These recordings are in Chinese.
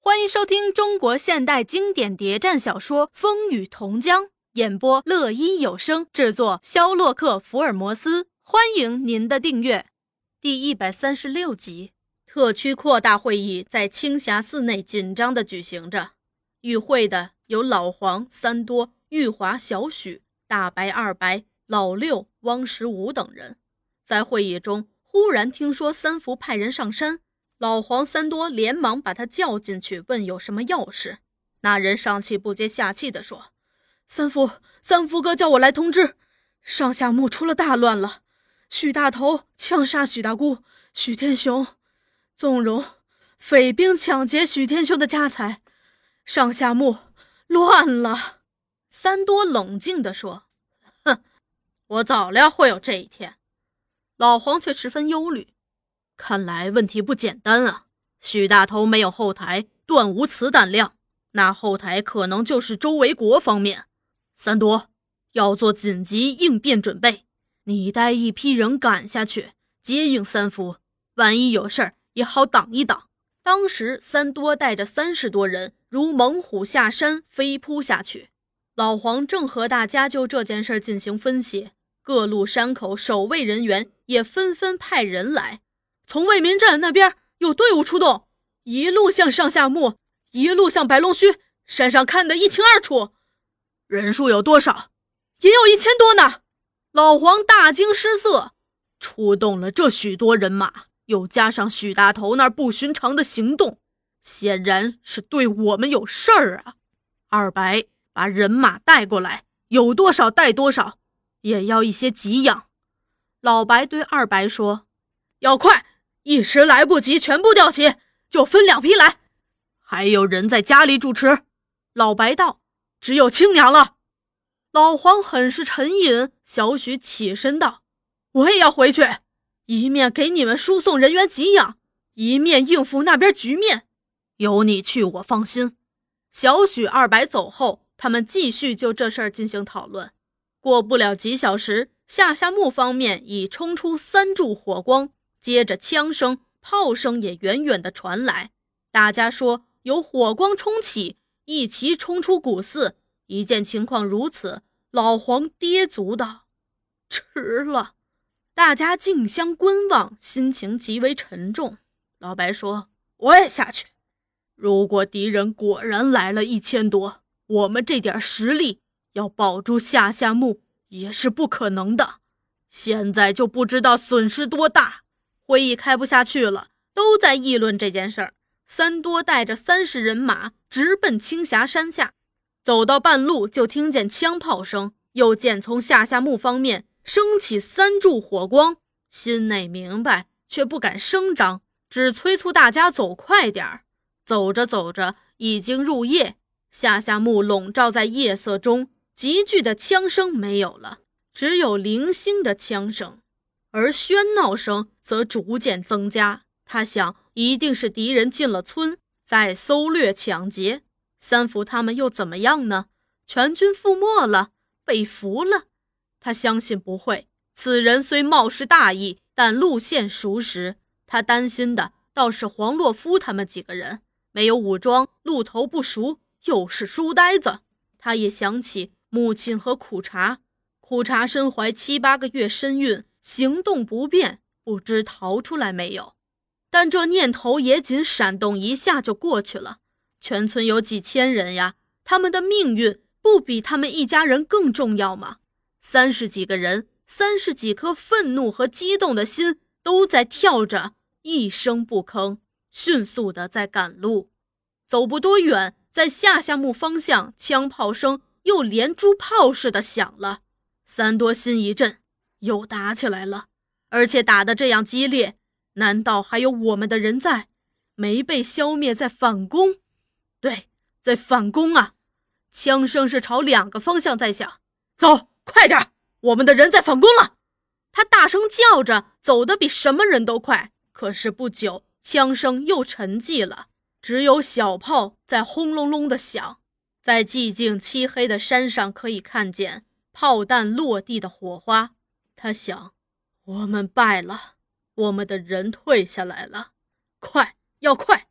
欢迎收听中国现代经典谍战小说《风雨同江》，演播乐一有声，制作肖洛克福尔摩斯。欢迎您的订阅。第136集，特区扩大会议在青霞寺内紧张地举行着。与会的有老黄、三多、玉华、小许、大白、二白、老六、汪十五等人。在会议中，忽然听说三福派人上山，老黄、三多连忙把他叫进去，问有什么要事。那人上气不接下气地说：三福哥叫我来通知，上下墓出了大乱了，许大头枪杀许大姑，许天雄纵容匪兵抢劫许天雄的家财，上下墓乱了。三多冷静地说：哼，我早料会有这一天。老黄却十分忧虑，看来问题不简单啊。许大头没有后台，断无此胆量，那后台可能就是周维国方面。三多，要做紧急应变准备，你带一批人赶下去接应三福，万一有事儿也好挡一挡。当时三多带着30多人如猛虎下山飞扑下去。老黄正和大家就这件事进行分析，各路山口守卫人员也纷纷派人来，从卫民镇那边有队伍出动，一路向上下墓，一路向白龙须，山上看得一清二楚。人数有多少？也有1000多呢。老黄大惊失色，出动了这许多人马，又加上许大头那不寻常的行动，显然是对我们有事儿啊。二白把人马带过来，有多少带多少，也要一些给养。老白对二白说：要快，一时来不及全部调齐，就分2批来。还有人在家里主持。老白道：只有亲娘了。老黄很是沉吟，小许起身道：我也要回去，一面给你们输送人员给养，一面应付那边局面。有你去我放心。小许、二白走后，他们继续就这事儿进行讨论。过不了几小时，下墓方面已冲出3柱火光，接着枪声、炮声也远远地传来。大家说有火光冲起，一齐冲出古寺。一见情况如此，老黄跌足道：迟了。大家竞相观望，心情极为沉重。老白说：我也下去。如果敌人果然来了1000多，我们这点实力要保住下墓也是不可能的。现在就不知道损失多大。会议开不下去了，都在议论这件事儿。三多带着30人马直奔青霞山下，走到半路就听见枪炮声，又见从下墓方面升起3柱火光，心内明白，却不敢声张，只催促大家走快点儿。走着走着，已经入夜，下墓笼罩在夜色中，急剧的枪声没有了，只有零星的枪声，而喧闹声则逐渐增加。他想，一定是敌人进了村，在搜掠抢劫。三福他们又怎么样呢？全军覆没了，被俘了？他相信不会。此人虽貌似大义，但路线熟识。他担心的倒是黄洛夫他们几个人，没有武装，路头不熟，又是书呆子。他也想起母亲和苦茶，苦茶身怀7、8个月身孕，行动不便，不知逃出来没有。但这念头也仅闪动一下就过去了。全村有几千人呀，他们的命运不比他们一家人更重要吗？30几个人，30几颗愤怒和激动的心都在跳着，一声不吭，迅速地在赶路。走不多远，在下墓方向，枪炮声又连珠炮似的响了。三多心一震，又打起来了，而且打得这样激烈，难道还有我们的人在？没被消灭，在反攻？对，在反攻啊！枪声是朝2个方向在响。走，快点，我们的人在反攻了！他大声叫着，走得比什么人都快。可是不久，枪声又沉寂了，只有小炮在轰隆隆地响。在寂静漆黑的山上，可以看见炮弹落地的火花。他想，我们败了，我们的人退下来了。快，要快！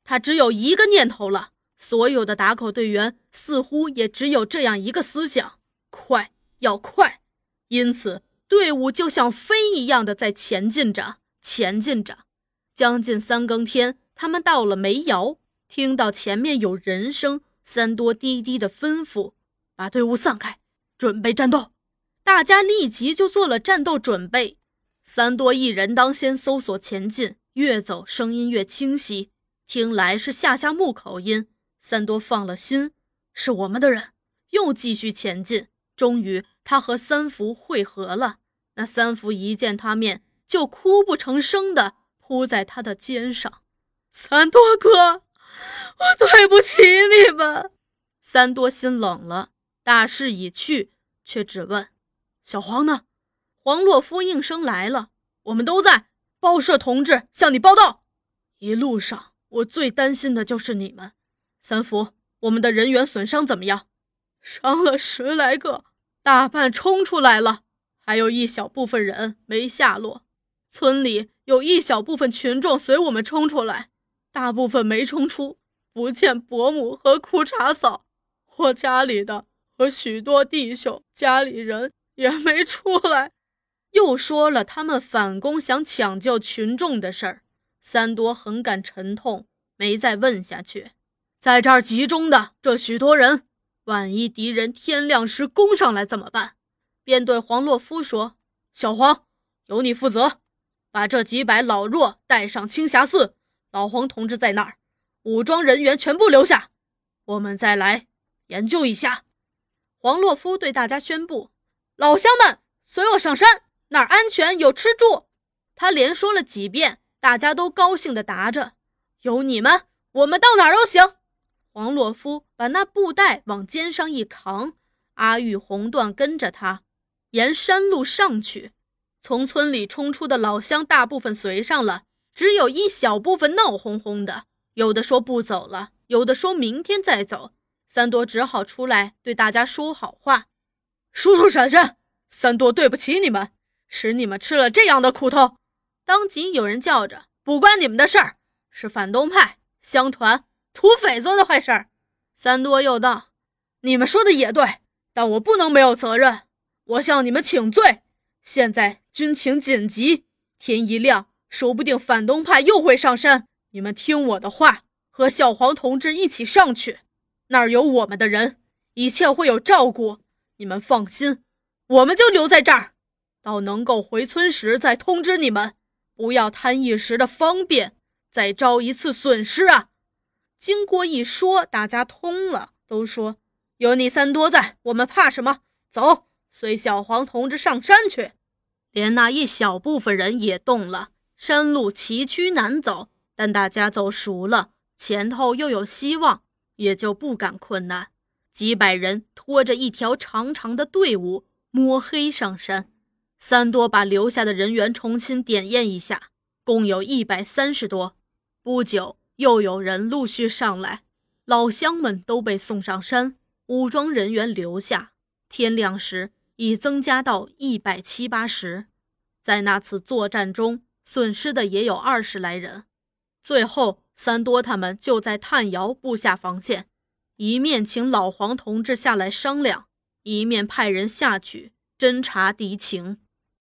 他只有一个念头了。所有的打口队员似乎也只有这样一个思想：快，要快。因此队伍就像飞一样的在前进着。将近3更天，他们到了煤窑，听到前面有人声，三多低低的吩咐：把队伍散开，准备战斗。大家立即就做了战斗准备。三多一人当先搜索前进，越走声音越清晰，听来是下木口音。三多放了心，是我们的人，又继续前进。终于他和三福会合了，那三福一见他面就哭不成声的扑在他的肩上。三多哥，我对不起你们。三多心冷了，大势已去，却只问小黄呢？黄洛夫应声来了，我们都在，报社同志向你报道。一路上我最担心的就是你们。三福，我们的人员损伤怎么样？伤了10来个，大半冲出来了，还有一小部分人没下落。村里有一小部分群众随我们冲出来，大部分没冲出，不见伯母和苦茶嫂。我家里的和许多弟兄家里人也没出来。又说了他们反攻想抢救群众的事儿。三多很感沉痛，没再问下去。在这儿集中的这许多人，万一敌人天亮时攻上来怎么办？便对黄洛夫说：小黄，由你负责，把这几百老弱带上青霞寺，老黄同志在那儿，武装人员全部留下，我们再来研究一下。黄洛夫对大家宣布：老乡们，随我上山，那儿安全，有吃住。他连说了几遍，大家都高兴地答着：有你们，我们到哪儿都行。黄洛夫把那布袋往肩上一扛，阿玉、红缎跟着他沿山路上去。从村里冲出的老乡大部分随上了，只有一小部分闹哄哄的，有的说不走了，有的说明天再走。三多只好出来对大家说好话：叔叔婶婶，三多对不起你们，使你们吃了这样的苦头。当即有人叫着：不关你们的事儿，是反动派、乡团、土匪做的坏事儿。三多又道：你们说的也对，但我不能没有责任，我向你们请罪。现在军情紧急，天一亮，说不定反动派又会上山，你们听我的话，和小黄同志一起上去，那儿有我们的人，一切会有照顾，你们放心，我们就留在这儿，到能够回村时再通知你们，不要贪一时的方便，再招一次损失啊。经过一说，大家通了，都说有你三多在，我们怕什么？走，随小黄同志上山去。连那一小部分人也动了。山路崎岖难走，但大家走熟了，前头又有希望，也就不敢困难。几百人拖着一条长长的队伍摸黑上山。三多把留下的人员重新点验一下，共有130多。不久又有人陆续上来，老乡们都被送上山，武装人员留下。天亮时已增加到170、80。在那次作战中，损失的也有20来人。最后三多他们就在炭窑布下防线，一面请老黄同志下来商量，一面派人下去侦察敌情。